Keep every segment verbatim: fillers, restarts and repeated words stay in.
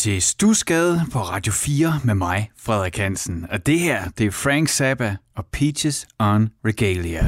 til Studsgade på Radio fire med mig, Frederik Hansen. Og det her, det er Frank Zappa og Peaches on Regalia.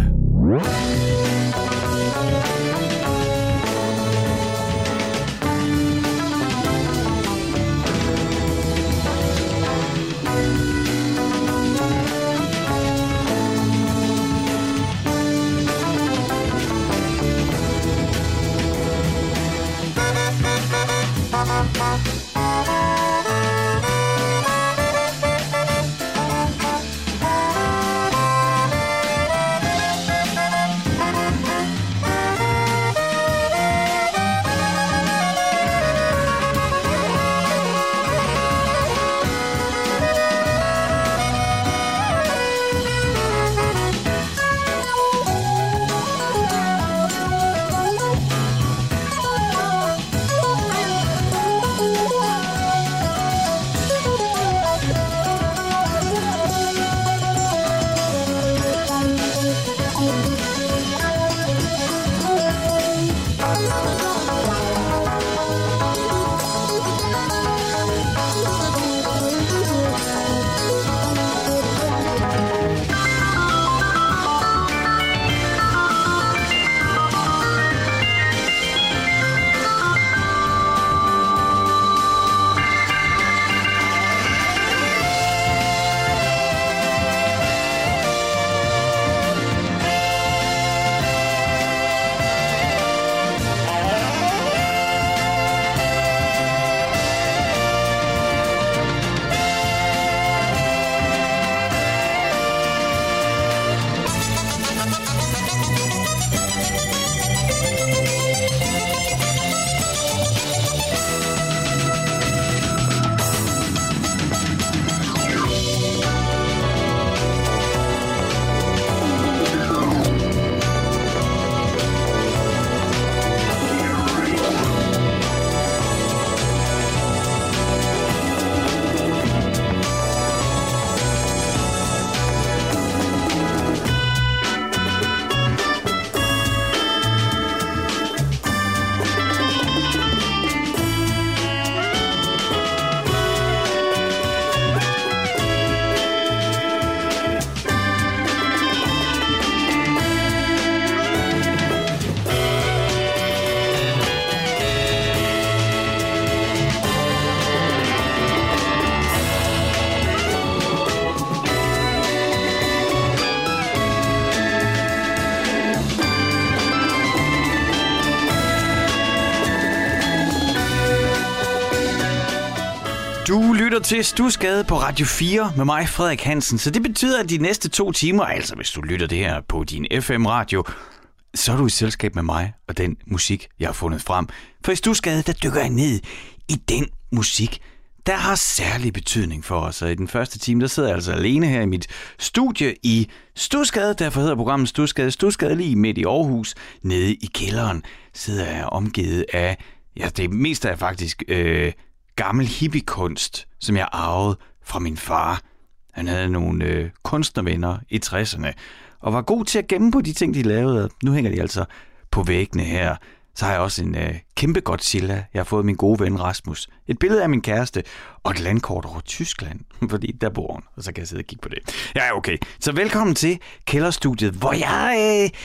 Du lytter til Studsgade på Radio fire med mig, Frederik Hansen. Så det betyder, at de næste to timer, altså hvis du lytter det her på din F M-radio, så er du i selskab med mig og den musik, jeg har fundet frem. For i Studsgade, der dykker jeg ned i den musik, der har særlig betydning for os. Og i den første time, der sidder jeg altså alene her i mit studie i Studsgade. Derfor hedder programmet Studsgade. Studsgade lige midt i Aarhus. Nede i kælderen sidder jeg omgivet af, ja, det meste er faktisk øh, gammel hippiekunst, som jeg arvede fra min far. Han havde nogle øh, kunstnervenner i tresserne, og var god til at gemme på de ting, de lavede. Nu hænger de altså på væggene her. Så har jeg også en øh, kæmpe Godzilla. Jeg har fået min gode ven Rasmus. Et billede af min kæreste, og et landkort over Tyskland, fordi der bor hun, og så kan jeg sidde og kigge på det. Ja, okay. Så velkommen til Kælderstudiet, hvor jeg øh,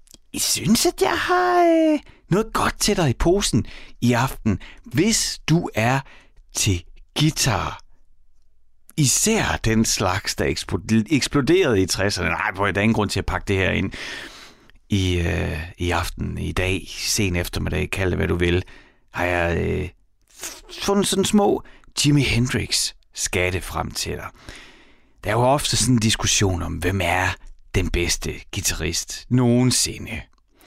synes, at jeg har øh, noget godt til dig i posen i aften, hvis du er til guitar. Især den slags, der eksploderede i tresserne. Nej, hvor er der ingen grund til at pakke det her ind i, øh, i aften, i dag, sen eftermiddag, kald det hvad du vil, har jeg øh, fundet sådan små Jimi Hendrix skatte frem til dig. Der er jo ofte sådan en diskussion om, hvem er den bedste guitarist nogensinde.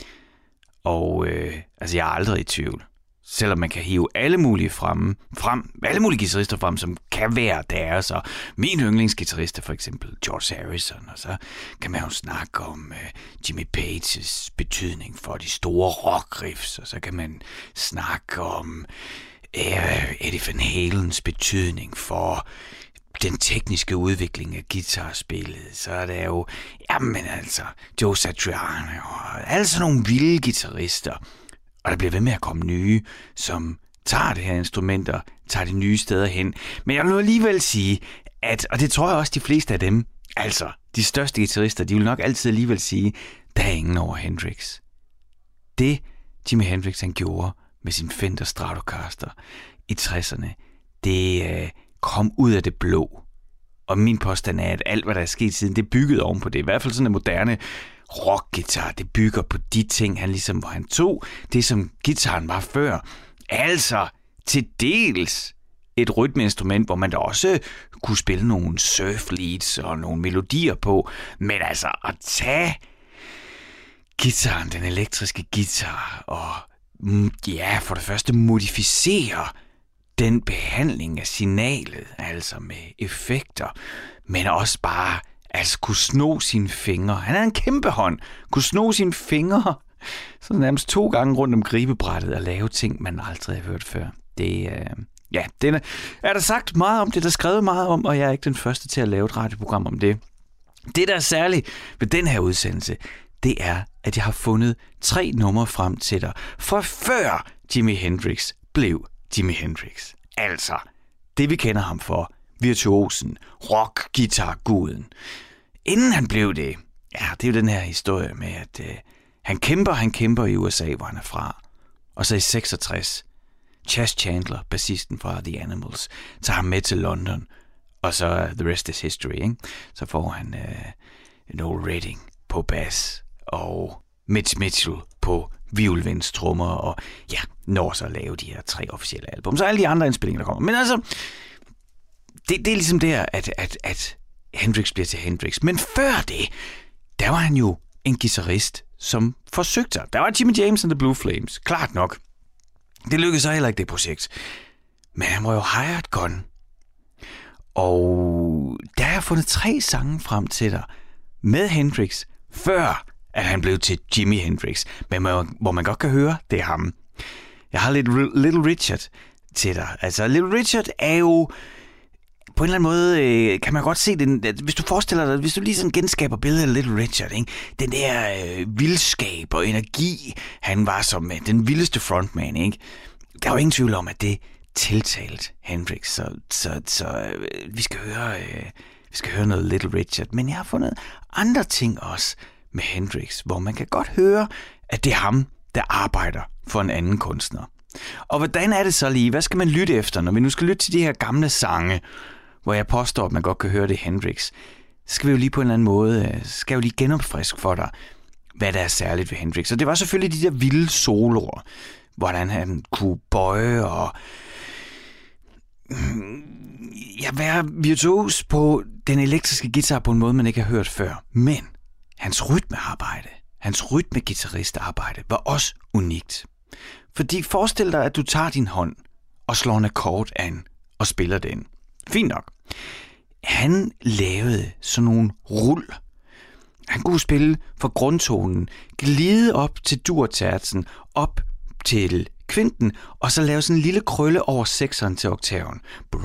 Og øh, altså, jeg er aldrig i tvivl. Selvom man kan hive alle mulige frem, frem, alle mulige guitarister frem, som kan være deres. Og min yndlingsguitarist er for eksempel George Harrison. Og så kan man jo snakke om uh, Jimmy Pages betydning for de store rockriffs. Og så kan man snakke om uh, Eddie Van Halens betydning for den tekniske udvikling af guitarspillet. Så er der jo, jamen altså, Joe Satriani og alle sådan nogle vilde guitarister. Og der bliver ved med at komme nye, som tager det her instrument og tager det nye steder hen. Men jeg vil nu alligevel sige, at, og det tror jeg også de fleste af dem, altså de største guitarister, de vil nok altid alligevel sige, der er ingen over Hendrix. Det Jimi Hendrix han gjorde med sin Fender Stratocaster i tresserne, det øh, kom ud af det blå. Og min påstand er, at alt, hvad der er sket siden, det er bygget oven på det. I hvert fald sådan en moderne rockgitar, det bygger på de ting, han ligesom, hvor han tog det, som gitaren var før. Altså til dels et rytmeinstrument, hvor man da også kunne spille nogle surf leads og nogle melodier på. Men altså at tage gitaren, den elektriske guitar, og ja, for det første modificere den behandling af signalet, altså med effekter, men også bare altså kunne sno sine fingre. Han havde en kæmpe hånd, kunne sno sine fingre så nærmest to gange rundt om gribebrættet og lave ting, man aldrig har hørt før. Det øh, ja, det er der sagt meget om, det er der skrevet meget om, og jeg er ikke den første til at lave et radioprogram om det. Det, der er særligt ved den her udsendelse, det er, at jeg har fundet tre numre frem til dig, for før Jimi Hendrix blev Jimi Hendrix. Altså, det vi kender ham for, virtuosen, rock-guitar-guden. Inden han blev det, ja, det er jo den her historie med, at øh, han kæmper, han kæmper i U S A, hvor han er fra. Og så i seksogtres, Chas Chandler, bassisten fra The Animals, tager ham med til London, og så the rest is history, ikke? Så får han øh, Noel Redding på bass, og Mitch Mitchell på violvinstrummer, og ja, når så at lave de her tre officielle album. Så alle de andre indspillinger, der kommer. Men altså, det, det er ligesom der, at, at, at Hendrix bliver til Hendrix. Men før det, der var han jo en guitarist, som forsøgte sig. Der var Jimmy James and the Blue Flames, klart nok. Det lykkedes så heller ikke, det projekt. Men han var jo hired gun. Og der har jeg fundet tre sange frem til dig med Hendrix, før at han blev til Jimi Hendrix. Men hvor man godt kan høre, det er ham. Jeg har lidt Little Richard til dig. Altså, Little Richard er jo på en eller anden måde, øh, kan man godt se den, hvis du forestiller dig, hvis du lige sådan genskaber billedet af Little Richard, ikke? Den der øh, vildskab og energi, han var som øh, den vildeste frontman, ikke? Der er jo ingen tvivl om, at det tiltalt Hendrix, så, så, så øh, vi skal høre øh, vi skal høre noget Little Richard, men jeg har fundet andre ting også med Hendrix, hvor man kan godt høre, at det er ham, der arbejder for en anden kunstner. Og hvordan er det så lige? Hvad skal man lytte efter, når vi nu skal lytte til de her gamle sange, hvor jeg påstår, at man godt kan høre det Hendrix? Så skal vi jo lige på en eller anden måde, skal jeg jo lige genopfriske for dig, hvad der er særligt ved Hendrix. Og det var selvfølgelig de der vilde soloer, hvordan han kunne bøje og ja, være virtuos på den elektriske guitar på en måde, man ikke har hørt før. Men hans rytmearbejde, hans rytmeguitaristarbejde var også unikt. Fordi forestil dig, at du tager din hånd og slår en akkord an og spiller den. Fint nok. Han lavede sådan nogle rul. Han kunne spille fra grundtonen, glide op til dur-tertsen, op til kvinten, og så lave sådan en lille krølle over sekseren til oktaven.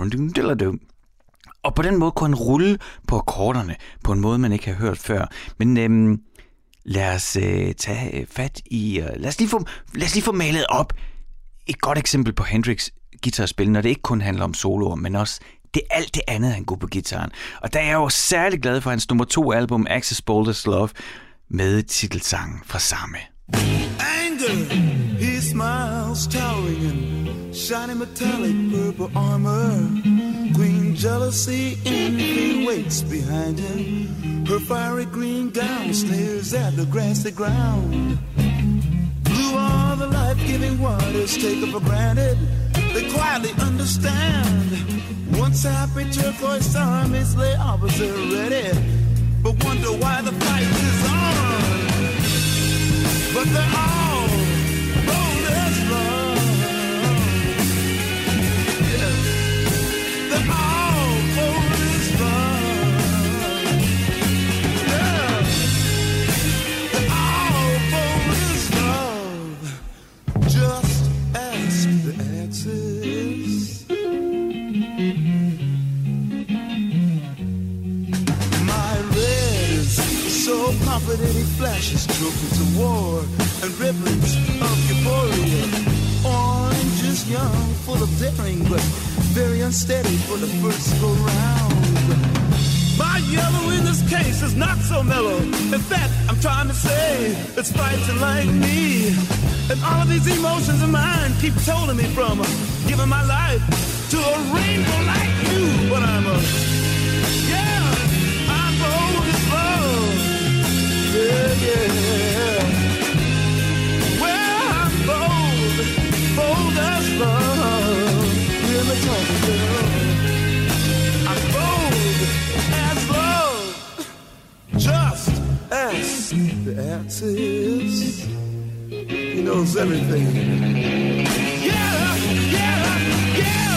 Og på den måde kunne han rulle på akkorderne på en måde, man ikke har hørt før. Men øhm, lad os øh, tage fat i... Øh, lad, os lige få, lad os lige få malet op et godt eksempel på Hendrix guitarspil, når det ikke kun handler om soloer, men også det er alt det andet, han kunne på guitaren. Og der er jeg jo særlig glad for hans nummer to album, Axis Bold as Love, med titelsangen fra samme. Anger, he smiles, towering in shiny metallic purple armor. Queen jealousy, envy waits behind him. Her fiery green gown sneers at the grassy ground. Blue are the life-giving waters taken for granted. They quietly understand. Once happy turquoise armies lay opposite ready, but wonder why the fight is on. But they're all bold as love. Yeah. They're all bold as love. Yeah. They're all bold as love. Just ask the Axis. My red is so confident he flashes trophies of war and ribbons of euphoria. Orange is young, full of daring, but very unsteady for the first go round. My yellow in this case is not so mellow. In fact, I'm trying to say it's fighting like me. And all of these emotions of mine keep holding me from giving my life to a rainbow like you. But I'm a, yeah, I'm bold as love. Yeah, yeah. Well, I'm bold, bold as love. Hear me talking, girl. I'm bold as love. Just ask the answers. He knows everything. Yeah, yeah, yeah.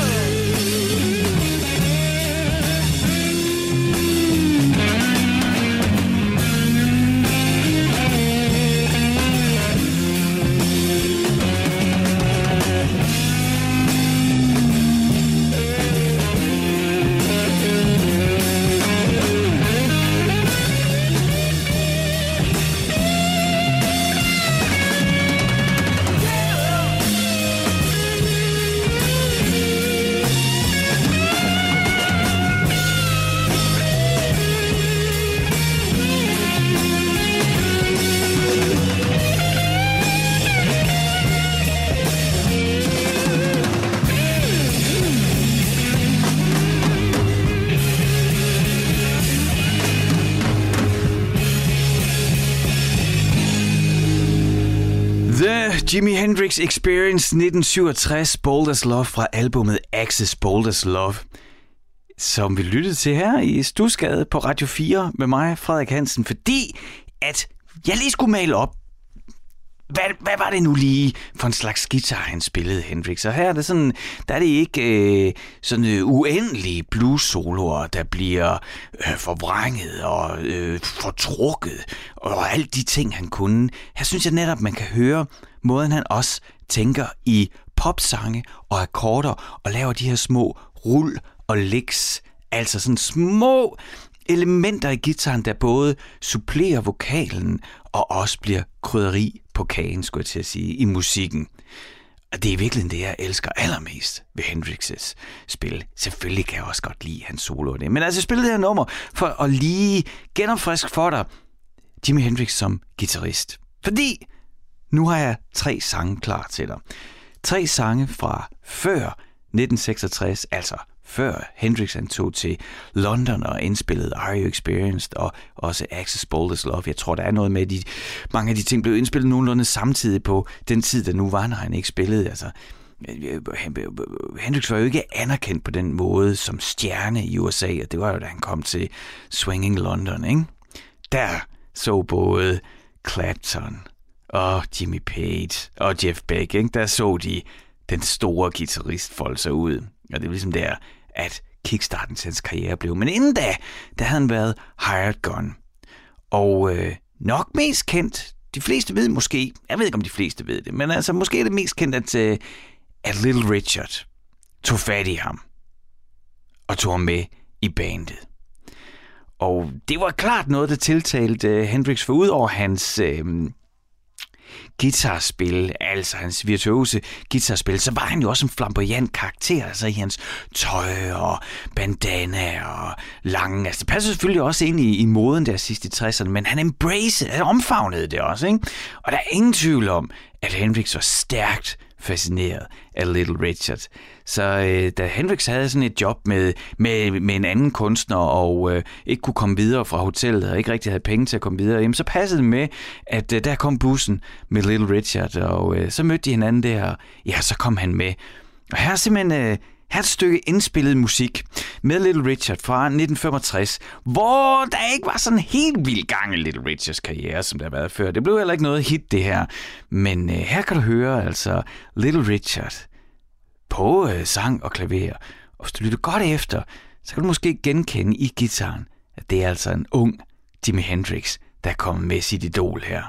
Jimi Hendrix Experience nitten syvogtres, Bold as Love fra albumet Axis Bold as Love, som vi lyttede til her i Studsgade på Radio fire med mig, Frederik Hansen, fordi at jeg lige skulle male op, hvad, hvad var det nu lige for en slags guitar, han spillede, Hendrix? Og her er det sådan, der er det ikke øh, sådan øh, uendelige blues-soloer, der bliver øh, forvrænget og øh, fortrukket, og alle de ting, han kunne. Her synes jeg netop, man kan høre måden, han også tænker i popsange og akkorder, og laver de her små rul og licks, altså sådan små elementer i guitaren, der både supplerer vokalen og også bliver krydderi på kagen, skulle jeg til at sige, i musikken. Og det er virkelig det, jeg elsker allermest ved Hendrix's spil. Selvfølgelig kan jeg også godt lide hans solo. Det. Men altså, jeg spillede det her nummer for at lige genopfriske for dig Jimi Hendrix som guitarist. Fordi nu har jeg tre sange klar til dig. Tre sange fra før nitten seksogtres, altså før Hendrix han tog til London og indspillede Are You Experienced og også Axis Bold as Love. Jeg tror, der er noget med, de mange af de ting blev indspillet nogenlunde samtidig på den tid, der nu var, når han ikke spillede. Altså, Hendrix var jo ikke anerkendt på den måde som stjerne i U S A, og det var jo, da han kom til Swinging London, ikke? Der så både Clapton og Jimmy Page og Jeff Beck, ikke? Der så de den store guitarist folde sig ud. Og det er ligesom der, at kickstarten til hans karriere blev. Men inden da, der havde han været hired gun. Og øh, nok mest kendt, de fleste ved måske, jeg ved ikke om de fleste ved det, men altså måske er det mest kendt, at, øh, at Little Richard tog fat i ham og tog ham med i bandet. Og det var klart noget, der tiltalte øh, Hendrix, for ud over hans øh, guitarspil, altså hans virtuose guitarspil, så var han jo også en flamboyant karakter, altså i hans tøj og bandana og lange, altså det passer selvfølgelig også ind i, i moden der sidst i tresserne, men han embraced, han omfavnede det også, ikke? Og der er ingen tvivl om, at Hendrix var stærkt fascineret af Little Richard. Så øh, da Hendrix havde sådan et job med, med, med en anden kunstner, og øh, ikke kunne komme videre fra hotellet, og ikke rigtig havde penge til at komme videre, jamen, så passede det med, at øh, der kom bussen med Little Richard, og øh, så mødte de hinanden der, og ja, så kom han med. Og her er simpelthen øh, her er et stykke indspillet musik med Little Richard fra nitten femogtres, hvor der ikke var sådan helt vild gang i Little Richards karriere, som der har været før. Det blev heller ikke noget hit, det her. Men øh, her kan du høre altså Little Richard på øh, sang og klaver. Og hvis du lytter godt efter, så kan du måske genkende i gitaren, at det er altså en ung Jimi Hendrix, der er kommet med sit idol her.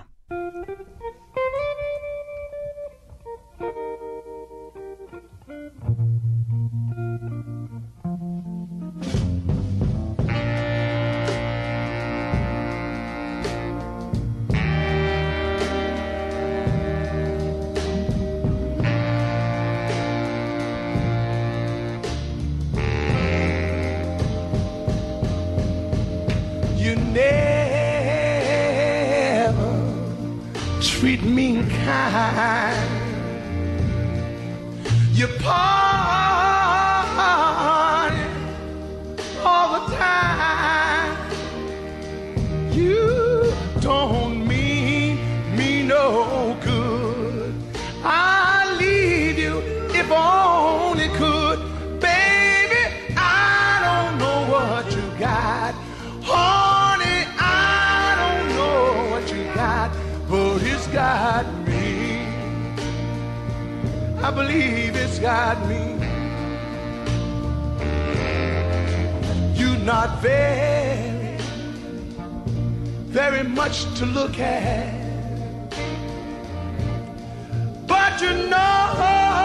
treat me kind. You party all the time. You don't mean me no good. I'll leave you if only could. Baby, I don't know what you got. Honey, I don't know what you got, but it's got me. I believe it's got me. You're not very, very much to look at, but you know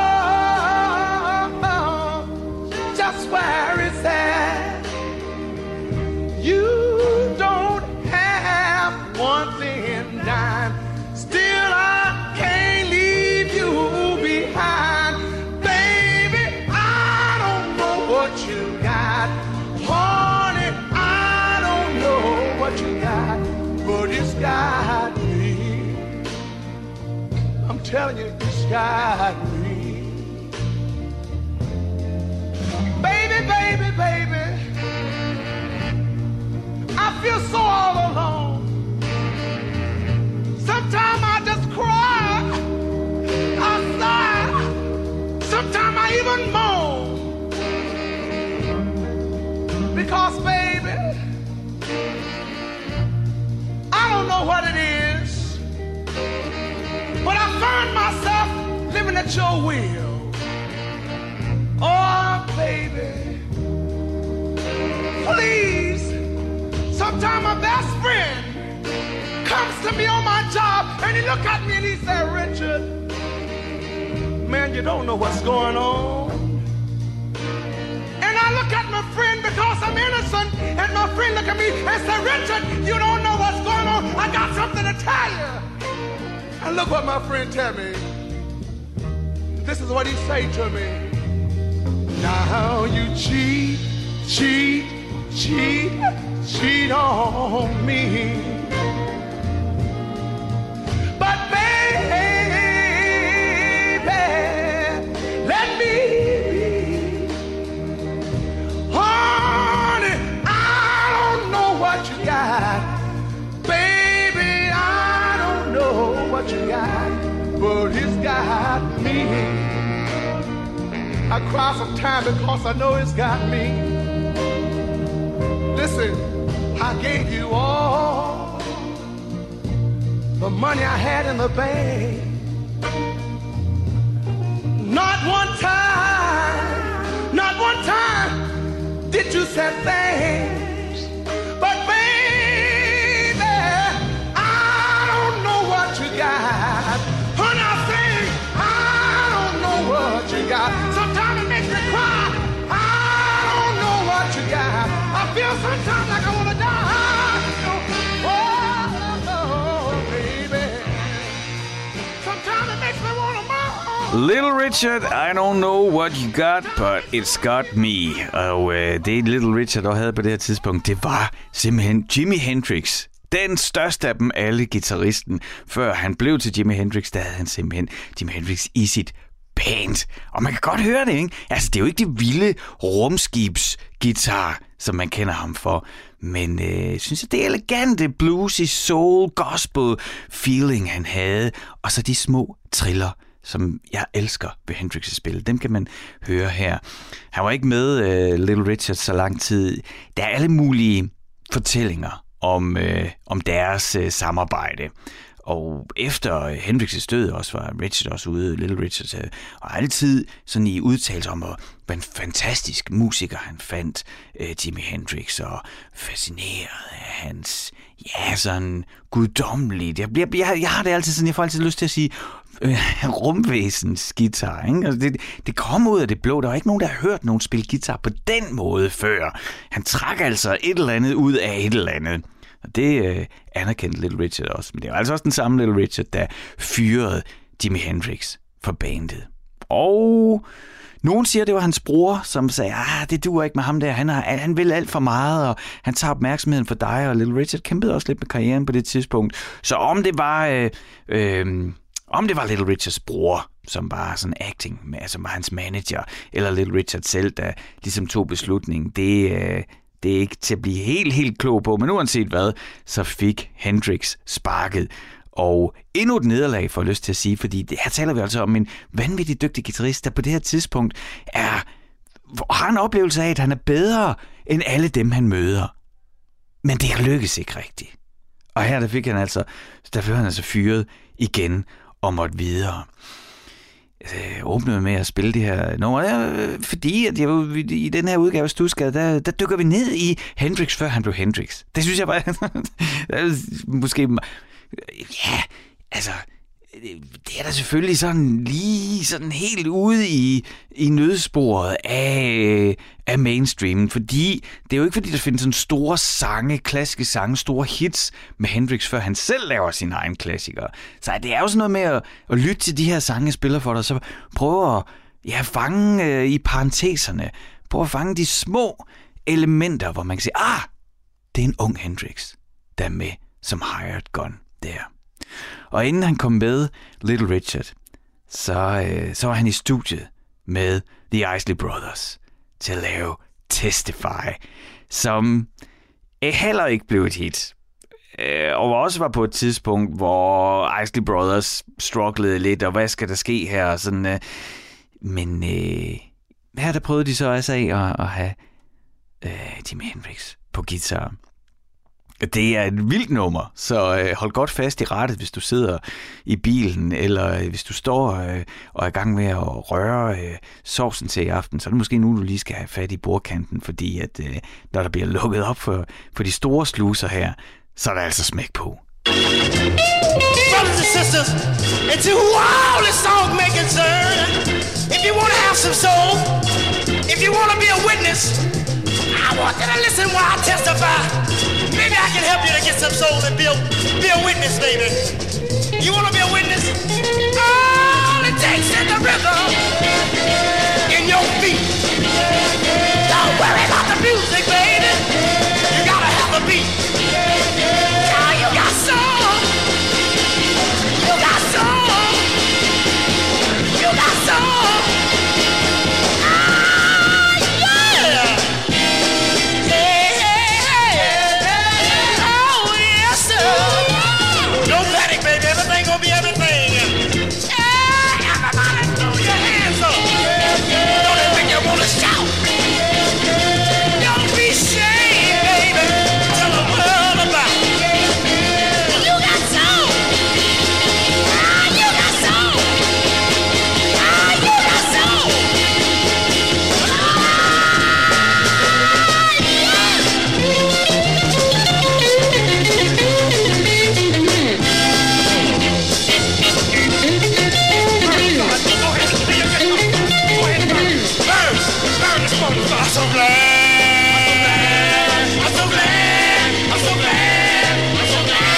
just where it's at. You don't have one thing dime, still I can't leave you behind. Baby, I don't know what you got. Honey, I don't know what you got, but it's got me. I'm telling you, it's got me. Baby, baby, baby, I feel so all alone. Sometimes I just cry, I sigh, sometimes I even moan. Because, baby, I don't know what it is, but I find myself living at your will. Oh, baby, please. Sometimes my best friend comes to me on my job and he look at me and he said, Richard, man, you don't know what's going on. And I look at my friend because I'm innocent, and my friend look at me and say, Richard, you don't know what's going on. I got something to tell you. And look what my friend tell me. This is what he say to me. Now you cheat, cheat, cheat, cheat on me. But baby, let me be. Honey, I don't know what you got. Baby, I don't know what you got, but it's got me. I cry sometimes because I know it's got me. Listen, I gave you all the money I had in the bank. Not one time, not one time did you say thanks. But baby, I don't know what you got. Honey, I say, I don't know what you got. Sometimes it makes me cry. I don't know what you got. I feel sometimes like I want to die. Oh, oh, baby. Sometimes it makes me want to moan. Little Richard, I don't know what you got, but it's got me. Og øh, det Little Richard også havde på det her tidspunkt, det var simpelthen Jimi Hendrix. Den største af dem alle, guitaristen. Før han blev til Jimi Hendrix, der havde han simpelthen Jimi Hendrix i sit band. Og man kan godt høre det, ikke? Altså, det er jo ikke det vilde rumskibsgitar, som man kender ham for. Men øh, synes jeg, det er elegante bluesy soul gospel feeling, han havde. Og så de små triller, som jeg elsker ved Hendrix' spil. Dem kan man høre her. Han var ikke med, uh, Little Richard, så lang tid. Der er alle mulige fortællinger om, uh, om deres uh, samarbejde. Og efter Hendrix' død også var Richard også ude, Little Richard, uh, og altid sådan i udtalelser om, hvad en fantastisk musiker han fandt, uh, Jimi Hendrix, og fascineret af hans, ja, sådan guddommeligt. Jeg, jeg, jeg, jeg har det altid sådan, jeg får altid lyst til at sige, rumvæsens guitar, ikke? Altså det, det kom ud af det blå. Der var ikke nogen, der har hørt nogen spille guitar på den måde før. Han trak altså et eller andet ud af et eller andet. Og det øh, anerkendte Little Richard også. Men det var altså også den samme Little Richard, der fyrede Jimi Hendrix for bandet. Og nogen siger, det var hans bror, som sagde, ah, det duer ikke med ham der. Han, har, han vil alt for meget, og han tager opmærksomheden for dig. Og Little Richard kæmpede også lidt med karrieren på det tidspunkt. Så om det var, øh, øh, om det var Little Richards bror, som var sådan acting, altså var hans manager, eller Little Richard selv, der ligesom tog beslutningen, det, øh, det er ikke til at blive helt, helt klog på. Men uanset hvad, så fik Hendrix sparket. Og endnu et nederlag, får jeg lyst til at sige, fordi det, her taler vi altså om en vanvittig dygtig guitarist, der på det her tidspunkt er, har en oplevelse af, at han er bedre end alle dem, han møder. Men det lykkes ikke rigtigt. Og her der fik han altså, der blev han altså fyret igen og måtte videre. Jeg åbnede med at spille det her nummer, fordi at jeg, i den her udgave af Studsgade, der, der dykker vi ned i Hendrix, før han blev Hendrix. Det synes jeg bare, måske... Ja, altså, det er da selvfølgelig sådan lige sådan helt ude i, i nødsporet af, af mainstreamen, fordi det er jo ikke fordi, der findes sådan store sange, klassiske sange, store hits med Hendrix, før han selv laver sine egne klassikere. Så det er jo sådan noget med at, at lytte til de her sange, jeg spiller for dig, så prøve at ja, fange øh, i parenteserne, prøve at fange de små elementer, hvor man kan sige, ah, det er en ung Hendrix, der er med som hired gun. Der. Og inden han kom med Little Richard, så, øh, så var han i studiet med The Isley Brothers til at lave Testify, som øh, heller ikke blev et hit. Øh, og også var på et tidspunkt, hvor Isley Brothers strugglede lidt, og hvad skal der ske her? Sådan, øh, men øh, her der prøvede de så også af at, at have øh, Jimi Hendrix på guitar. Det er et vildt nummer, så øh, hold godt fast i rattet, hvis du sidder i bilen, eller øh, hvis du står øh, og er i gang med at røre øh, sovsen til i aften, så er det måske nu, du lige skal have fat i bordkanten, fordi at øh, når der bliver lukket op for, for de store sluser her, så er der altså smæk på. Brothers and sisters, and to all the song may concern, if you want to have some soul, if you want to be a witness, I want you to listen while I testify. Maybe I can help you to get some soul and be a, be a witness, baby. You want to be a witness? All it takes is the rhythm in your feet. Don't worry about the music, baby. You gotta have the beat. Oh, you got soul. You got soul. You got soul. Be everything. Yeah, everybody throw your hands up. Don't it make you wanna shout? Don't be ashamed, baby. Tell the world about it. You got soul. Ah, you got soul. Ah, you got soul. I'm so glad, I'm so glad, I'm so glad, I'm so glad,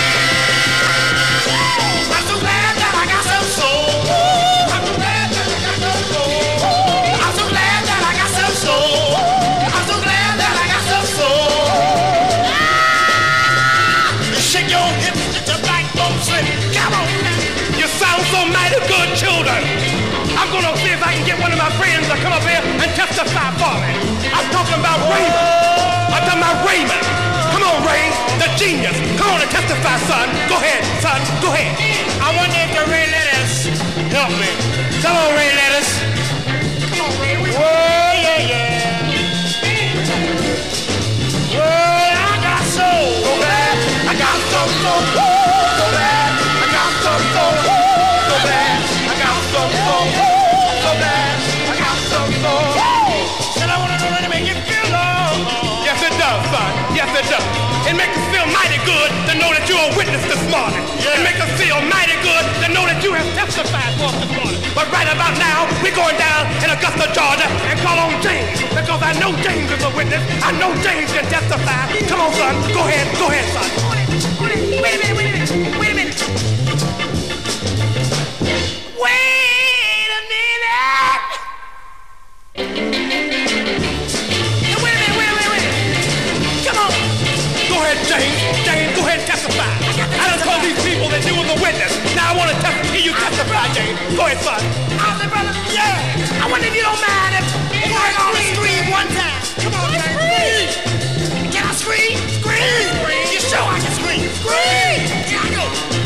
I'm so glad that I got some soul. I'm so glad that I got some soul. I'm so glad that I got some soul. I'm so glad that I got some soul. Ah! Shake your hips, get your backbone slip. Come on, you sound so mighty good, children. I'm gonna see if I can get one of my friends to come up here and testify for me. I'm talking about Raymond. I'm talking about Raymond. Come on, Ray, the genius. Come on and testify, son. Go ahead, son. Go ahead. I wonder if the Ray Lettuce help me. Come on, Ray Lettuce. Come on, Ray. Whoa, yeah, yeah. Whoa, I got soul. Go back. I got some soul. Go back. I got some soul. Go back. I got some soul. Go back. I got some soul. And I want to know that it make you feel love. Yes, it does, son. Yes, it does. It makes us feel mighty good to know that you're a witness this morning. Yeah. It makes us feel mighty good to know that you have testified for us this morning. But right about now, we're going down in Augusta, Georgia, and call on James, because I know James is a witness. I know James can testify. Come on, son. Go ahead. Go ahead, son. Wait a minute. Wait a minute. Wait a minute. Wait a minute. I dig it. Go ahead, son. I'll say, brother. Yeah. I wonder if you don't mind if we can all scream one time. Come on, man. Scream. Can I scream? Scream. Scream. You sure I can scream? Scream. Here I go.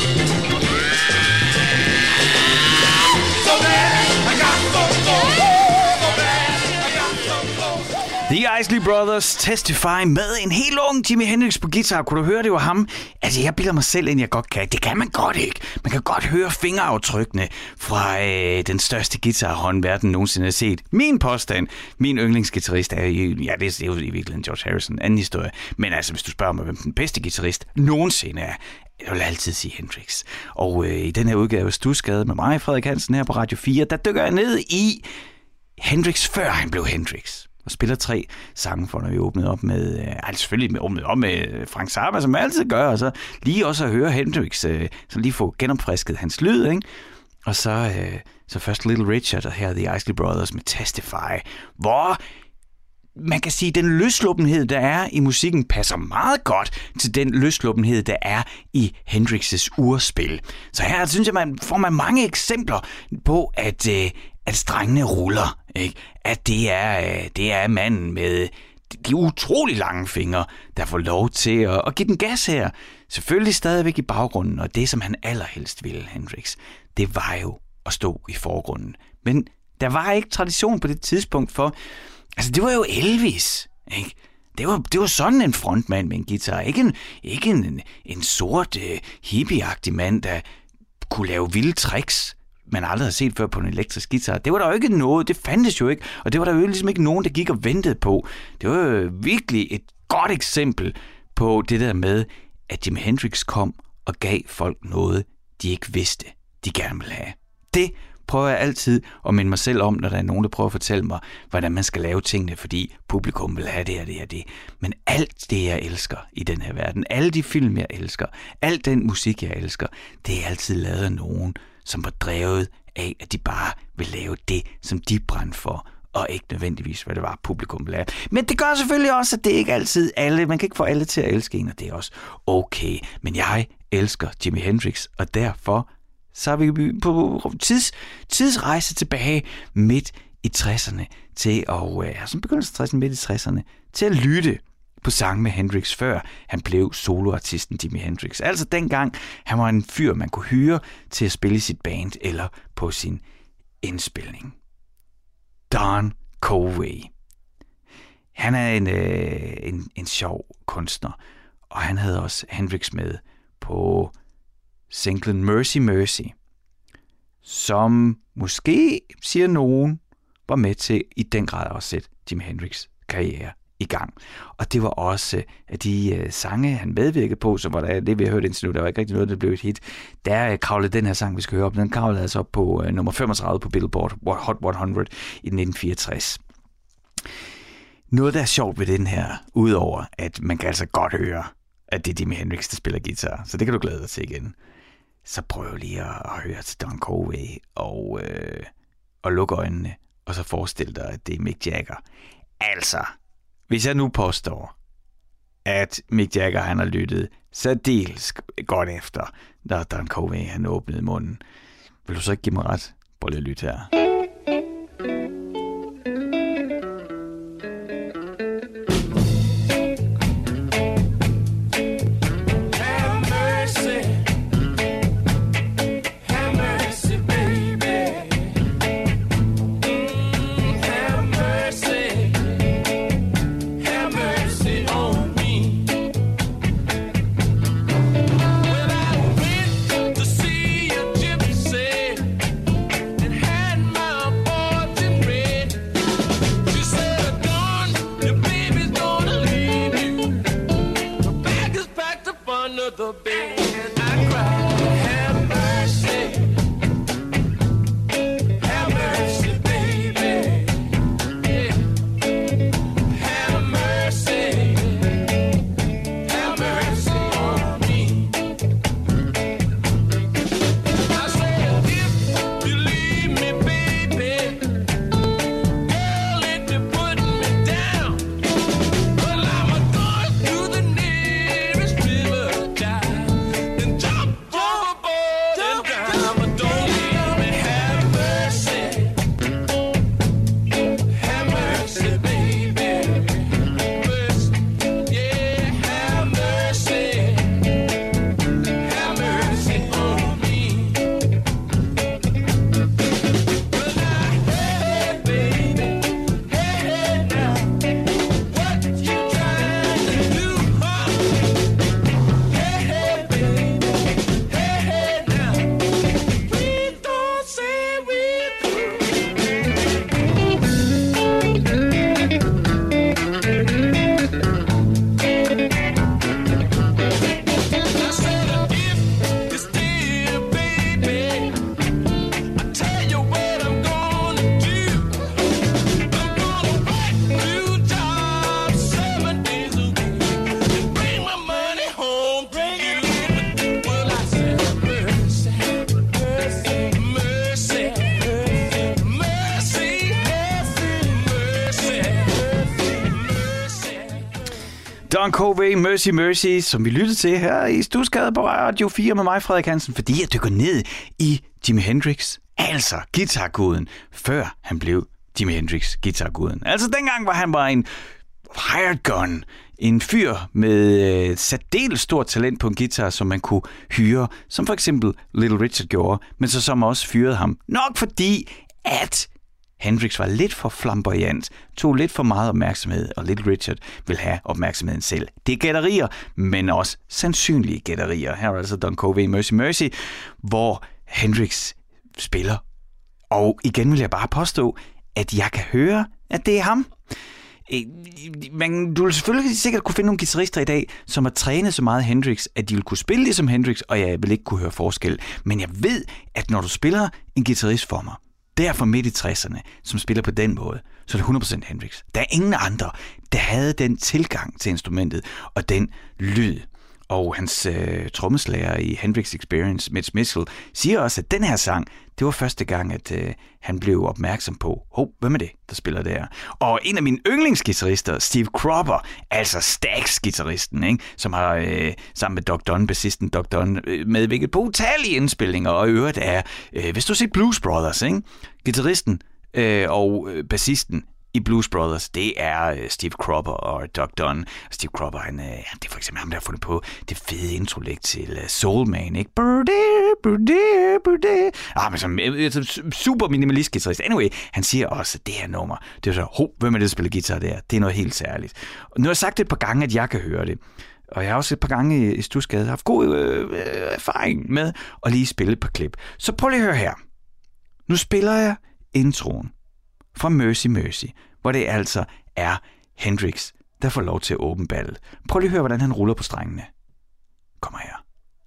So bad, I got so cold. So bad, I got so cold. The Isley Brothers, Testify med en helt ung Jimi Hendrix på guitar. Kunne du høre, det var ham? Altså, jeg bilder mig selv ind, jeg godt kan. Det kan man godt ikke. Man kan godt høre fingeraftrykkene fra øh, den største guitarhånd, verden nogensinde har set. Min påstand, min yndlingsgitarrist er, ja, det er jo i virkeligheden George Harrison, anden historie. Men altså, hvis du spørger mig, hvem den bedste guitarist nogensinde er, jeg vil altid sige Hendrix. Og øh, i den her udgave af Stuskade med mig, Frederik Hansen, her på Radio fire, der dykker jeg ned i Hendrix, før han blev Hendrix. Og spiller tre sange for, når vi åbnede op med, øh, altså selvfølgelig med, åbnede op med Frank Zappa, som man altid gør, og så lige også at høre Hendrix, øh, så lige få genopfrisket hans lyd, ikke? Og så, øh, så først Little Richard, og her The Isley Brothers med Testify, hvor man kan sige, at den løsluppenhed, der er i musikken, passer meget godt til den løsluppenhed, der er i Hendrix's urspil. Så her synes jeg, man får man mange eksempler på, at, øh, at strengene ruller, ikke? At det er, øh, det er manden med de utrolig lange fingre, der får lov til at, at give den gas her. Selvfølgelig stadigvæk i baggrunden, og det, som han allerhelst ville, Hendrix, det var jo at stå i forgrunden. Men der var ikke tradition på det tidspunkt for. Altså, det var jo Elvis, ikke? Det var, det var sådan en frontmand med en guitar. Ikke en, ikke en, en sort, uh, hippie-agtig mand, der kunne lave vilde tricks, man aldrig har set før på en elektrisk guitar. Det var der jo ikke noget, det fandtes jo ikke. Og det var der jo ligesom ikke nogen, der gik og ventede på. Det var jo virkelig et godt eksempel på det der med, at Jimi Hendrix kom og gav folk noget, de ikke vidste, de gerne ville have. Det prøver jeg altid at minde mig selv om, når der er nogen, der prøver at fortælle mig, hvordan man skal lave tingene, fordi publikum vil have det og det og det. Men alt det, jeg elsker i den her verden, alle de film, jeg elsker, al den musik, jeg elsker, det er altid lavet af nogen, som var drevet af, at de bare vil lave det, som de brændte for, og ikke nødvendigvis, hvad det var, publikum ville have. Men det gør selvfølgelig også, at det ikke altid alle, man kan ikke få alle til at elske en, og det er også okay. Men jeg elsker Jimi Hendrix, og derfor så er vi på tids, tidsrejse tilbage midt i tresserne til at, ja, som begyndelse af tresserne, midt i tresserne, til at lytte på sange med Hendrix, før han blev soloartisten Jimi Hendrix. Altså dengang, han var en fyr, man kunne hyre til at spille i sit band eller på sin indspilning. Don Covay. Han er en, øh, en, en sjov kunstner, og han havde også Hendrix med på singlen Mercy Mercy, som måske, siger nogen, var med til i den grad at sætte Jimi Hendrix' karriere i gang. Og det var også af de uh, sange, han medvirkede på, så var der det, vi har hørt indtil nu, der var ikke rigtig noget, der blev et hit. Der uh, kravlede den her sang, vi skal høre op, den kravlede altså op på uh, nummer femogtredive på Billboard Hot hundrede i nitten fireogtres. Noget, der er sjovt ved den her, udover at man kan altså godt høre, at det er Jimi Hendrix, der spiller guitar, så det kan du glæde dig til igen. Så prøv lige at, at høre til Don Covay og, øh, og lukke øjnene, og så forestil dig, at det er Mick Jagger. Altså, hvis jeg nu påstår, at Mick Jagger han har lyttet særdeles godt efter, da Don Covay han åbnede munden, vil du så ikke give mig ret? Prøv lige at lytte her. My Don K V, Mercy Mercy, som vi lyttede til her i Studsgade på Radio fire med mig, Frederik Hansen, fordi jeg dykker ned i Jimi Hendrix, altså guitarguden, før han blev Jimi Hendrix, guitarguden. Altså dengang var han bare en hired gun, en fyr med øh, særdeles stort talent på en guitar, som man kunne hyre, som for eksempel Little Richard gjorde, men så som også fyrede ham. Nok fordi, at Hendrix var lidt for flamboyant, tog lidt for meget opmærksomhed, og Little Richard vil have opmærksomheden selv. Det er gætterier, men også sandsynlige gætterier. Her er altså Don K V, Mercy Mercy, hvor Hendrix spiller. Og igen vil jeg bare påstå, at jeg kan høre, at det er ham. Men du vil selvfølgelig sikkert kunne finde nogle guitarister i dag, som har trænet så meget Hendrix, at de vil kunne spille ligesom Hendrix, og jeg vil ikke kunne høre forskel. Men jeg ved, at når du spiller en guitarist for mig, derfor midt i tresserne, som spiller på den måde, så er det hundrede procent Hendrix. Der er ingen andre, der havde den tilgang til instrumentet og den lyd. Og hans øh, trommeslager i Hendrix Experience, Mitch Mitchell, siger også, at den her sang, det var første gang, at øh, han blev opmærksom på, hov, hvem er det, der spiller der? Og en af mine yndlingsguitarister, Steve Cropper, altså Stax-guitaristen, ikke? Som har øh, sammen med Doc Dunn, bassisten Doc Dunn, øh, medvirket på utallige indspilninger, og i øvrigt er, øh, hvis du ser Blues Brothers, ikke? Guitaristen øh, og øh, bassisten i Blues Brothers, det er Steve Cropper og Doc Dunn. Steve Cropper, han, han, det er for eksempel ham, der har fundet på det fede introlæg til Soul Man, ikke? Ah, men som super minimalist guitarist. Anyway, han siger også, at det her nummer, det er så, ho, hvem er det, der spiller guitar der? Det er noget helt særligt. Og nu har jeg sagt det et par gange, at jeg kan høre det. Og jeg har også et par gange i Studsgade haft god øh, erfaring med at lige spille et par klip. Så prøv lige at høre her. Nu spiller jeg introen fra Mercy Mercy, hvor det altså er Hendrix, der får lov til at åbne ballet. Prøv lige at høre, hvordan han ruller på strengene. Kommer her.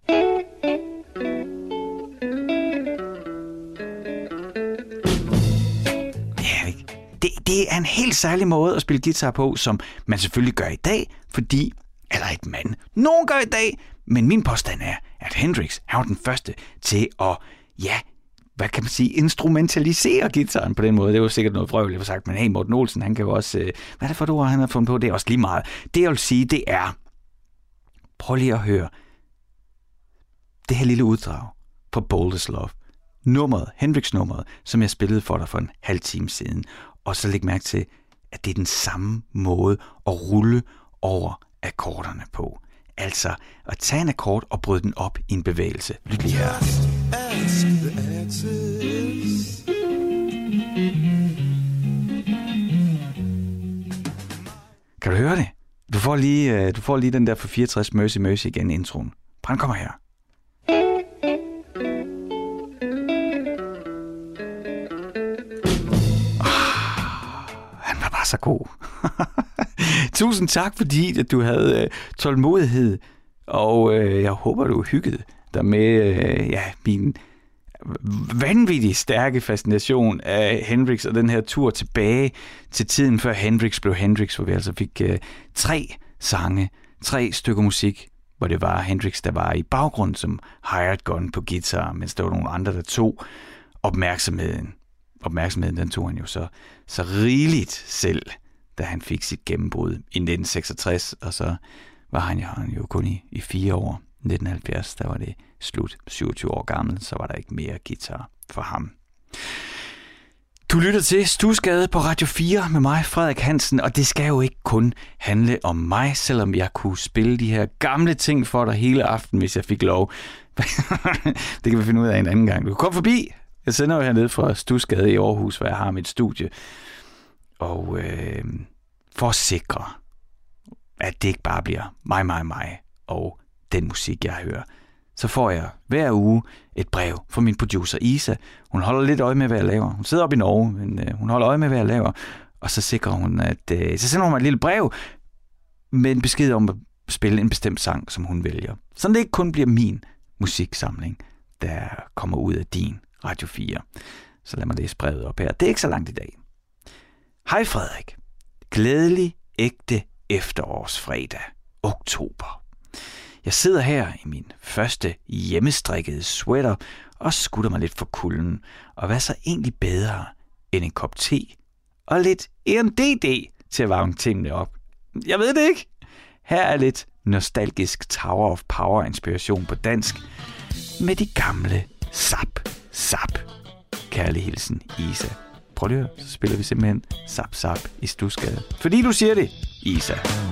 Ja, det, det er en helt særlig måde at spille guitar på, som man selvfølgelig gør i dag, fordi, eller ikke man, nogen gør i dag, men min påstand er, at Hendrix er den første til at, ja, hvad kan man sige, instrumentalisere guitaren på den måde. Det var sikkert noget vrøvl, jeg har sagt, men hey, Morten Olsen, han kan jo også, øh, hvad er det for et ord, han har fundet på? Det er også lige meget. Det jeg vil sige, det er, prøv lige at høre det her lille uddrag på Bold as Love. Nummeret, Hendrix-nummeret, som jeg spillede for dig for en halv time siden. Og så læg mærke til, at det er den samme måde at rulle over akkorderne på. Altså at tage en akkord og bryde den op i en bevægelse. Lyt lige her. Kan du høre det? Du får lige, du får lige den der for fireogtres Mercy Mercy igen i introen. Han kommer her. Så god. Tusind tak, fordi at du havde øh, tålmodighed, og øh, jeg håber, du hyggede dig med øh, ja, min vanvittigt stærke fascination af Hendrix og den her tur tilbage til tiden før Hendrix blev Hendrix, hvor vi altså fik øh, tre sange, tre stykker musik, hvor det var Hendrix, der var i baggrunden som hired gun på guitar, mens der var nogle andre, der tog opmærksomheden. Opmærksomheden, den tog han jo så, så rigeligt selv, da han fik sit gennembrud i nitten seksogtres, og så var han jo, han jo kun i, i fire år. nitten halvfjerds, der var det slut, syvogtyve år gammel, så var der ikke mere guitar for ham. Du lytter til Studsgade på Radio fire med mig, Frederik Hansen, og det skal jo ikke kun handle om mig, selvom jeg kunne spille de her gamle ting for dig hele aften, hvis jeg fik lov. Det kan vi finde ud af en anden gang. Du kan komme forbi. Jeg sender jo hernede fra Studsgade i Aarhus, hvor jeg har mit studie. Og øh, for at sikre, at det ikke bare bliver mig, mig, mig og den musik, jeg hører, så får jeg hver uge et brev fra min producer Isa. Hun holder lidt øje med, hvad jeg laver. Hun sidder oppe i Norge, men øh, hun holder øje med, hvad jeg laver. Og så sikrer hun, at øh, så sender hun mig et lille brev med en besked om at spille en bestemt sang, som hun vælger. Så det ikke kun bliver min musiksamling, der kommer ud af din Radio fire. Så lad mig læse brevet op her. Det er ikke så langt i dag. Hej Frederik. Glædelig ægte efterårsfredag. Oktober. Jeg sidder her i min første hjemmestrikkede sweater og skutter mig lidt for kulden. Og hvad så egentlig bedre end en kop te og lidt E M D D til at varme tingene op? Jeg ved det ikke. Her er lidt nostalgisk Tower of Power-inspiration på dansk med de gamle Zap Zap. Kærlig hilsen, Isa. Prøv lige at høre, så spiller vi simpelthen Zap Zap i Studsgade. Fordi du siger det, Isa.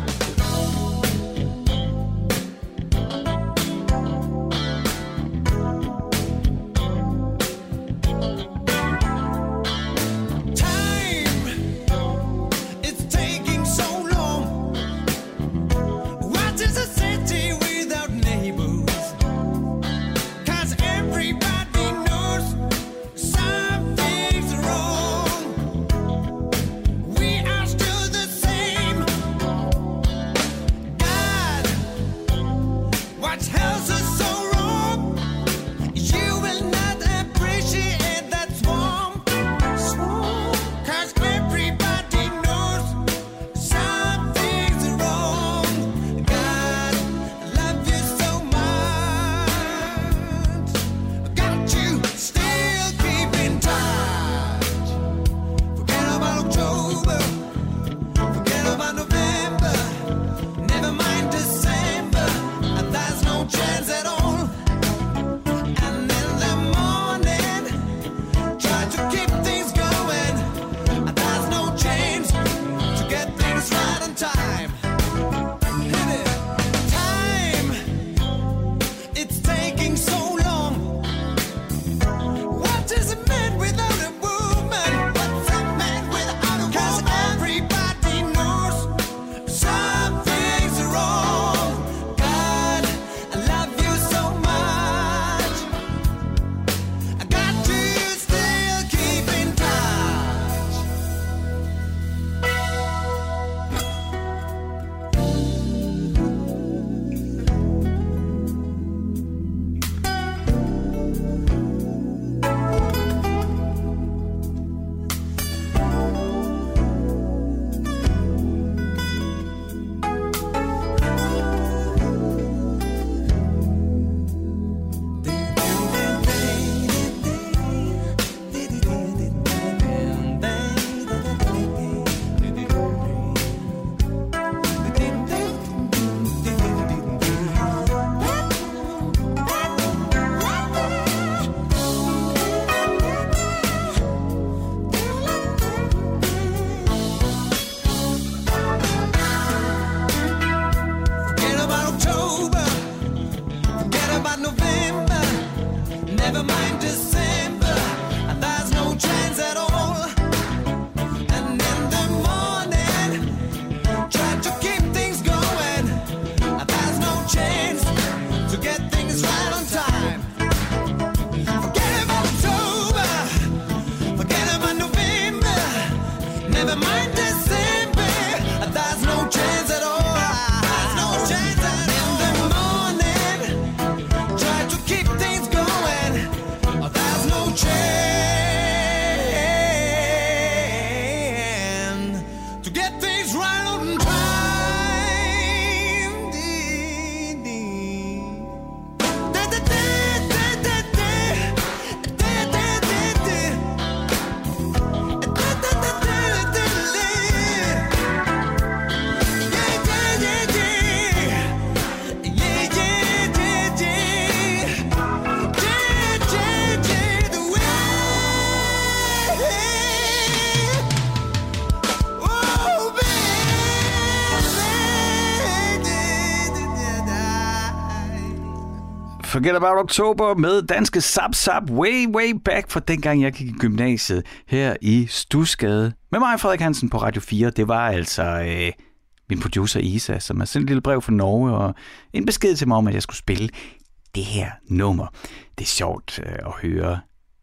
Forget About October med danske Zap Zap way, way back fra dengang jeg gik i gymnasiet her i Studsgade. Med mig, Frederik Hansen, på Radio fire. Det var altså øh, min producer Isa, som har sendt et lille brev fra Norge og en besked til mig om, at jeg skulle spille det her nummer. Det er sjovt øh, at høre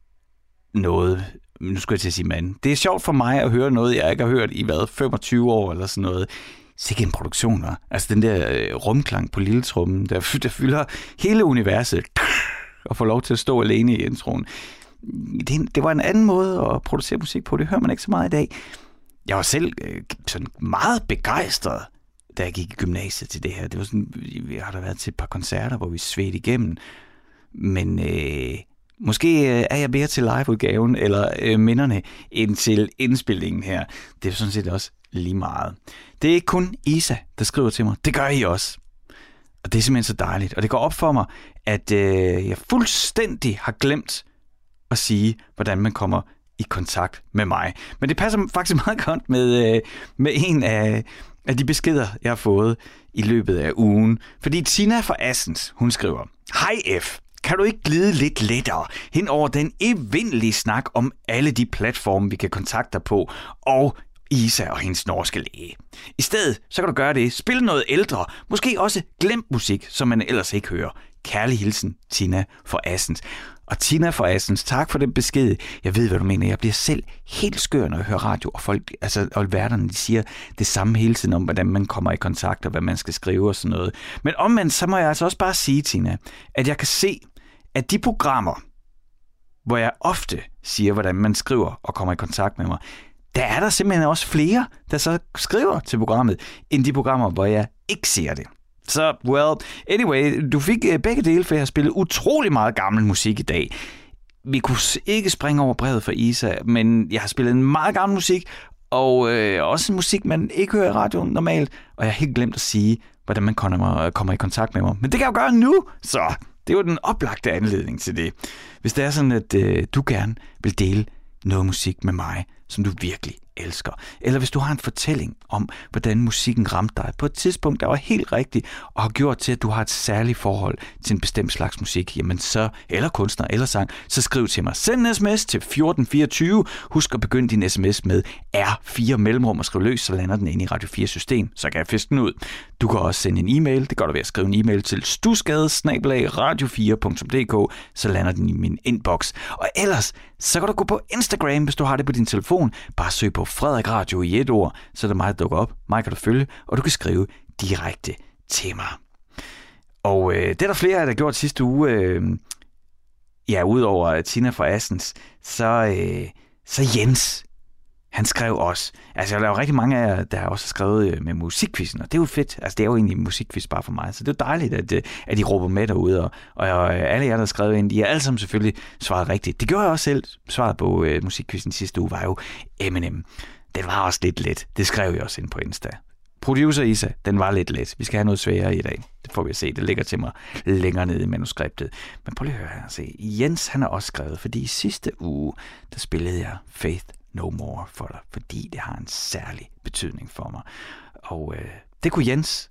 noget. Nu skal jeg til at sige mand. Det er sjovt for mig at høre noget, jeg ikke har hørt i hvad, femogtyve år eller sådan noget. Sikke en produktion, var. Altså den der øh, rumklang på lilletrummen, der, der fylder hele universet og får lov til at stå alene i introen. Det, det var en anden måde at producere musik på. Det hører man ikke så meget i dag. Jeg var selv øh, sådan meget begejstret, da jeg gik i gymnasiet til det her. Det var sådan, vi har da været til et par koncerter, hvor vi svedte igennem. Men øh, måske øh, er jeg mere til liveudgaven eller øh, minderne end til indspillingen her. Det er sådan set også lige meget. Det er ikke kun Isa, der skriver til mig. Det gør I også. Og det er simpelthen så dejligt. Og det går op for mig, at øh, jeg fuldstændig har glemt at sige, hvordan man kommer i kontakt med mig. Men det passer faktisk meget godt med, øh, med en af, af de beskeder, jeg har fået i løbet af ugen. Fordi Tina fra Assens, hun skriver: Hej F, kan du ikke glide lidt lettere hen over den evindelige snak om alle de platforme, vi kan kontakte dig på, og Isa og hendes norske læge. I stedet, så kan du gøre det. Spille noget ældre. Måske også glemt musik, som man ellers ikke hører. Kærlig hilsen, Tina fra Assens. Og Tina fra Assens, tak for den besked. Jeg ved, hvad du mener. Jeg bliver selv helt skør, når jeg hører radio, og folk, altså, og værterne, de siger det samme hele tiden om, hvordan man kommer i kontakt, og hvad man skal skrive og sådan noget. Men omvendt, så må jeg altså også bare sige, Tina, at jeg kan se, at de programmer, hvor jeg ofte siger, hvordan man skriver og kommer i kontakt med mig, der er der simpelthen også flere, der så skriver til programmet, end de programmer, hvor jeg ikke ser det. Så, well, anyway, du fik begge dele, for jeg har spillet utrolig meget gammel musik i dag. Vi kunne ikke springe over brevet fra Isa, men jeg har spillet en meget gammel musik, og øh, også musik, man ikke hører i radioen normalt, og jeg har helt glemt at sige, hvordan man kommer, kommer i kontakt med mig. Men det kan jeg jo gøre nu, så det var den oplagte anledning til det. Hvis det er sådan, at øh, du gerne vil dele noget musik med mig, som du virkelig elsker. Eller hvis du har en fortælling om, hvordan musikken ramte dig på et tidspunkt, der var helt rigtigt, og har gjort til, at du har et særligt forhold til en bestemt slags musik, jamen så, eller kunstner, eller sang, så skriv til mig. Send en sms til fjorten fireogtyve. Husk at begynde din sms med R fire mellemrum og skriv løs, så lander den ind i Radio fire system, så kan jeg fiske den ud. Du kan også sende en e-mail. Det gør du ved at skrive en e-mail til stusgade snabel-a radio fire punktum d k, så lander den i min inbox. Og ellers, så kan du gå på Instagram, hvis du har det på din telefon. Bare søg på Frederik Radio i et ord, så er det mig, der dukker op. Mig kan du følge, og du kan skrive direkte til mig. Og øh, det er der flere, der har gjort sidste uge. Øh, ja, udover Tina fra Assens, så, øh, så Jens, han skrev også. Altså, der er jo rigtig mange af jer, der har også skrevet med musikquizzen, og det er jo fedt. Altså, det er jo egentlig en musikquiz bare for mig, så det er jo dejligt, at, at I råber med derude, og, og alle jer, der har skrevet ind, de har alle sammen selvfølgelig svaret rigtigt. Det gjorde jeg også selv. Svaret på uh, musikquizzen sidste uge var jo Eminem. Den var også lidt let. Det skrev jeg også ind på Insta. Producer Isa, den var lidt let. Vi skal have noget sværere i dag. Det får vi at se. Det ligger til mig længere nede i manuskriptet. Men prøv lige at høre her. Se. Jens, han har også skrevet, fordi i sidste uge, der spillede jeg Faith No More for dig, fordi det har en særlig betydning for mig. Og øh, det kunne Jens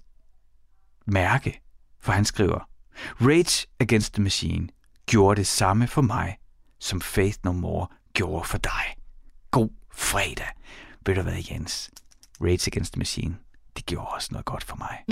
mærke, for han skriver: Rage Against the Machine gjorde det samme for mig, som Faith No More gjorde for dig. God fredag. Ved du hvad, Jens? Rage Against the Machine, det gjorde også noget godt for mig.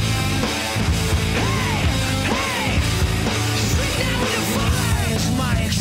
My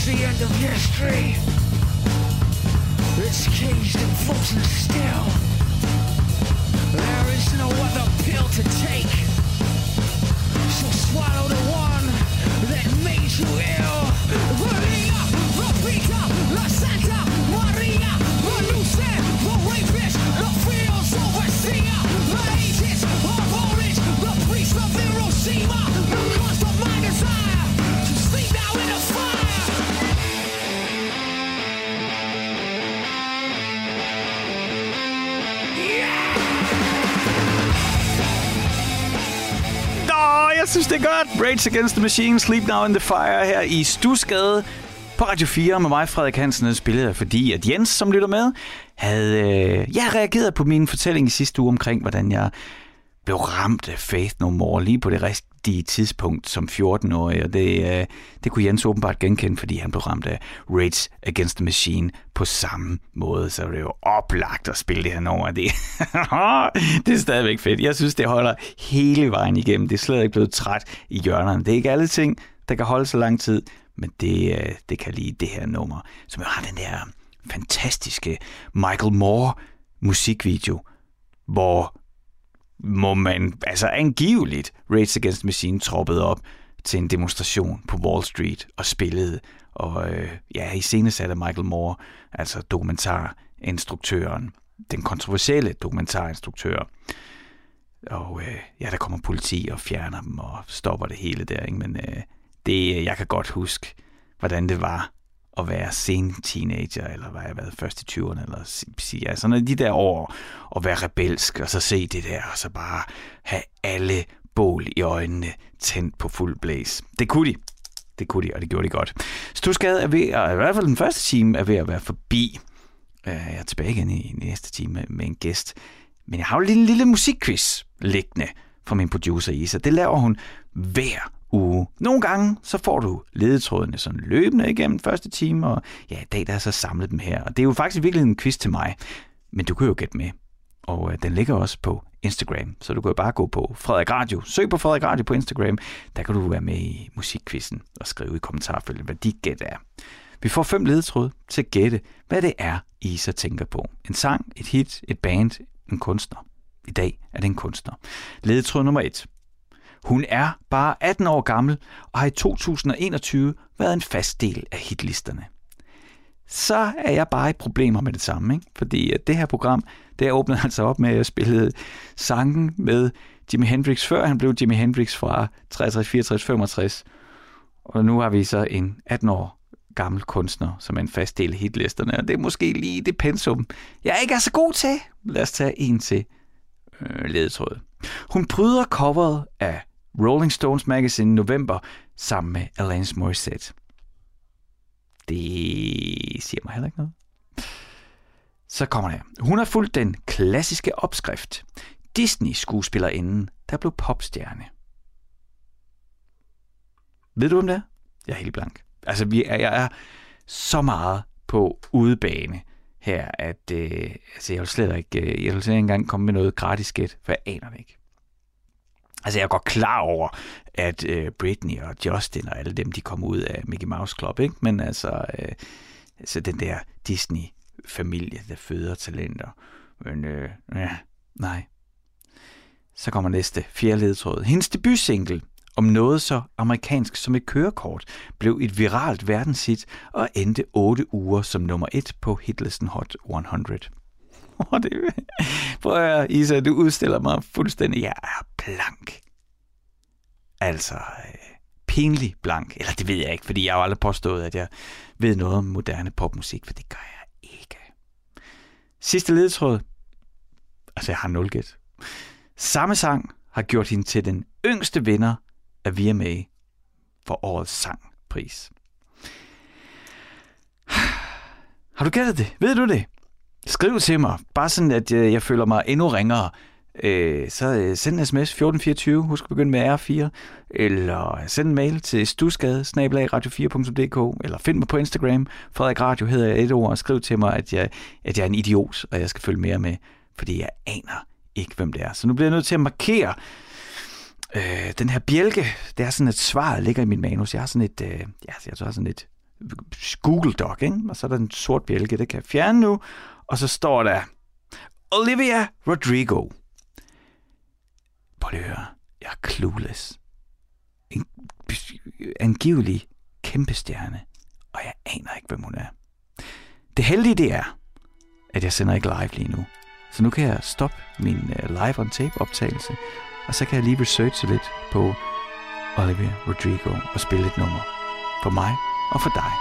It's the end of history. It's caged and frozen still. There is no other pill to take. So swallow the one that made you ill. Maria, Rafika, La Santa Maria, the Lucen, the rapist, the fields overseer, the agents of orange, the priest of Hiroshima, the cause of my desire to sleep now in the fire. Jeg synes, det er godt. Rage Against the Machine, Sleep Now in the Fire her i Stusgade på Radio fire med mig, Frederik Hansen, og spillede, fordi at Jens, som lytter med, havde øh, ja, reageret på min fortælling i sidste uge omkring, hvordan jeg blev ramt af Faith No More lige på det rigtige tidspunkt som fjorten-årig, og det, øh, det kunne Jens åbenbart genkende, fordi han blev ramt af Rage Against the Machine på samme måde, så det er jo oplagt at spille det her nummer. Det, det er stadigvæk fedt. Jeg synes, det holder hele vejen igennem. Det er slet ikke blevet træt i hjørnerne. Det er ikke alle ting, der kan holde så lang tid, men det, øh, det kan lige det her nummer, som jo har den der fantastiske Michael Moore musikvideo, hvor må man altså angiveligt Rage Against the Machine troppede op til en demonstration på Wall Street og spillede, og øh, ja, iscenesatte Michael Moore, altså dokumentarinstruktøren, den kontroversielle dokumentarinstruktør. Og øh, ja, der kommer politi og fjerner dem og stopper det hele der, ikke? Men øh, det, jeg kan godt huske, hvordan det var at være sen teenager, eller hvad jeg været først i tyverne, eller sige, ja, sådan de der år, og være rebelsk, og så se det der, og så bare have alle bål i øjnene tændt på fuld blæs. Det kunne de. Det kunne de, og det gjorde de godt. Stusgade er ved, at, i hvert fald den første time, er ved at være forbi. Jeg er tilbage igen i næste time med en gæst. Men jeg har jo en lille, lille musikquiz liggende fra min producer Isa. Det laver hun hver uge. Nogle gange, så får du ledetrådene sådan løbende igennem første time, og ja, i dag der er så samlet dem her. Og det er jo faktisk virkelig en quiz til mig, men du kan jo gætte med. Og øh, den ligger også på Instagram, så du kan jo bare gå på Frederik Radio. Søg på Frederik Radio på Instagram, der kan du være med i musikquizzen og skrive i kommentarfeltet, hvad dit gæt er. Vi får fem ledetråde til at gætte, hvad det er, I så tænker på. En sang, et hit, et band, en kunstner. I dag er det en kunstner. Ledetråd nummer et. Hun er bare atten år gammel og har i to tusind og enogtyve været en fast del af hitlisterne. Så er jeg bare i problemer med det samme, ikke? Fordi det her program, det åbnede altså op med, at jeg spillede sangen med Jimi Hendrix, før han blev Jimi Hendrix fra treogtres, fireogtres, femogtres. Og nu har vi så en atten år gammel kunstner, som er en fast del af hitlisterne, og det er måske lige det pensum, jeg ikke er så god til. Lad os tage en til øh, ledetråd. Hun bryder coveret af Rolling Stones Magazine November sammen med Alanis Morissette. Det siger mig heller ikke noget. Så kommer der. Hun har fulgt den klassiske opskrift. Disney-skuespillerinden, der blev popstjerne. Ved du om det er? Jeg er helt blank. Altså, vi er, jeg er så meget på udebane her, at øh, altså, jeg vil slet ikke, øh, jeg vil slet ikke engang komme med noget gratis gæt, for jeg aner det ikke. Altså, jeg er godt klar over, at øh, Britney og Justin og alle dem, de kom ud af Mickey Mouse Club, ikke? Men altså, øh, altså den der Disney-familie, der føder talenter. Men øh, ja, nej. Så kommer næste, fjerde ledetråd. Hendes debutsingle om noget så amerikansk som et kørekort blev et viralt verdenshit og endte otte uger som nummer et på hitlisten Hot hundrede. Oh, det... Prøv at høre, Isa, du udstiller mig fuldstændig. Jeg er blank. Altså, øh, pinlig blank. Eller det ved jeg ikke, fordi jeg har jo aldrig påstået, at jeg ved noget om moderne popmusik, for det gør jeg ikke. Sidste ledetråd. Altså, jeg har nul gæt. Samme sang har gjort hende til den yngste vinder af V M A for årets sangpris. Har du gættet det? Ved du det? Skriv til mig, bare sådan, at jeg, jeg føler mig endnu ringere. Øh, så øh, send en sms fjorten fireogtyve, husk at begynde med R fire, eller send en mail til stusgade snabel-a radio fire punktum d k, eller find mig på Instagram, Frederik Radio hedder jeg et ord, og skriv til mig, at jeg, at jeg er en idiot, og jeg skal følge mere med, fordi jeg aner ikke, hvem det er. Så nu bliver jeg nødt til at markere øh, den her bjælke. Det er sådan, et svaret ligger i min manus. Jeg har sådan et, øh, ja, jeg har sådan et Google Doc, ikke? Og så er der en sort bjælke, det kan jeg fjerne nu. Og så står der Olivia Rodrigo. Prøv lige at høre. Jeg er clueless. En angivelig kæmpe stjerne. Og jeg aner ikke, hvem hun er. Det heldige det er, at jeg sender ikke live lige nu. Så nu kan jeg stoppe min live on tape optagelse. Og så kan jeg lige researche lidt på Olivia Rodrigo og spille et nummer. For mig og for dig.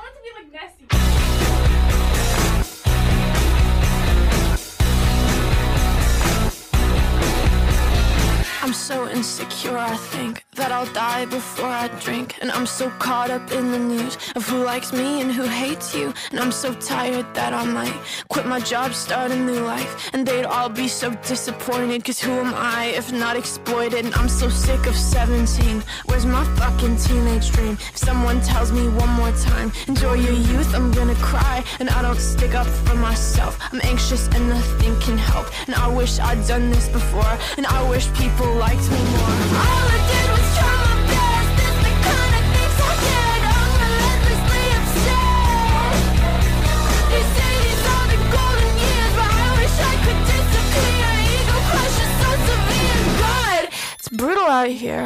I'm so insecure, I think that I'll die before I drink. And I'm so caught up in the news of who likes me and who hates you. And I'm so tired that I might quit my job, start a new life. And they'd all be so disappointed, cause who am I if not exploited? And I'm so sick of seventeen, where's my fucking teenage dream? If someone tells me one more time, enjoy your youth, I'm gonna cry. And I don't stick up for myself, I'm anxious and nothing can help. And I wish I'd done this before, and I wish people liked me more. All I did was try my best. It's the kind of things I did. I'm relentlessly obsessed. They say these are the golden years, but I wish I could disappear. Ego crush is so severe. God, it's brutal out here.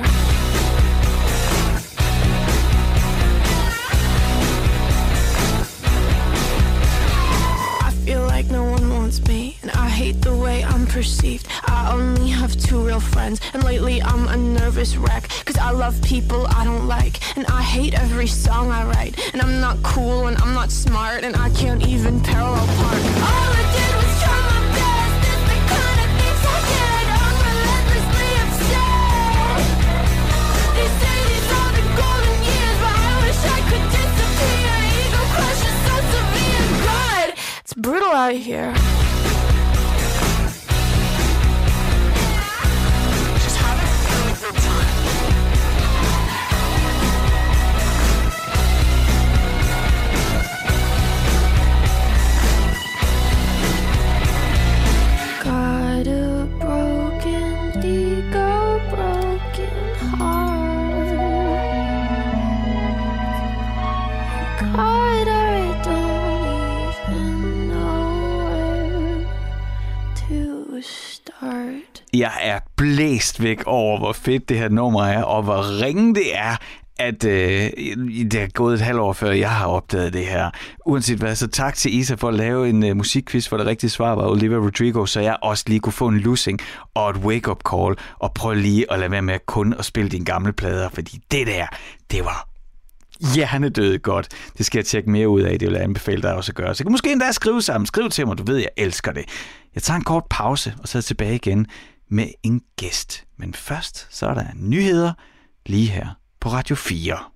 I feel like no one wants me, and I hate the way I'm perceived. I only have two real friends, and lately I'm a nervous wreck, cause I love people I don't like, and I hate every song I write. And I'm not cool, and I'm not smart, and I can't even parallel park. All I did was try my best. It's the kind of things I did. I'm relentlessly obsessed. They say these are the golden years, but I wish I could disappear. Ego crush is so severe. God, it's brutal out here. Got a broken ego, broken heart. God, I don't even know where to start. Jeg er blæst væk over, hvor fedt det her nummer er, og hvor ringe det er, at øh, det er gået et halvt år før, jeg har opdaget det her. Uanset hvad, så tak til Isa for at lave en øh, musikquiz, hvor det rigtige svar var Olivia Rodrigo, så jeg også lige kunne få en losing og et wake-up call, og prøve lige at lade være med kun at spille dine gamle plader, fordi det der, det var hjernedød godt. Det skal jeg tjekke mere ud af, det vil jeg anbefale dig også at gøre. Så kan måske endda skrive sammen, skriv til mig, du ved, jeg elsker det. Jeg tager en kort pause, og så er jeg tilbage igen med en gæst. Men først, så er der nyheder lige her på Radio fire.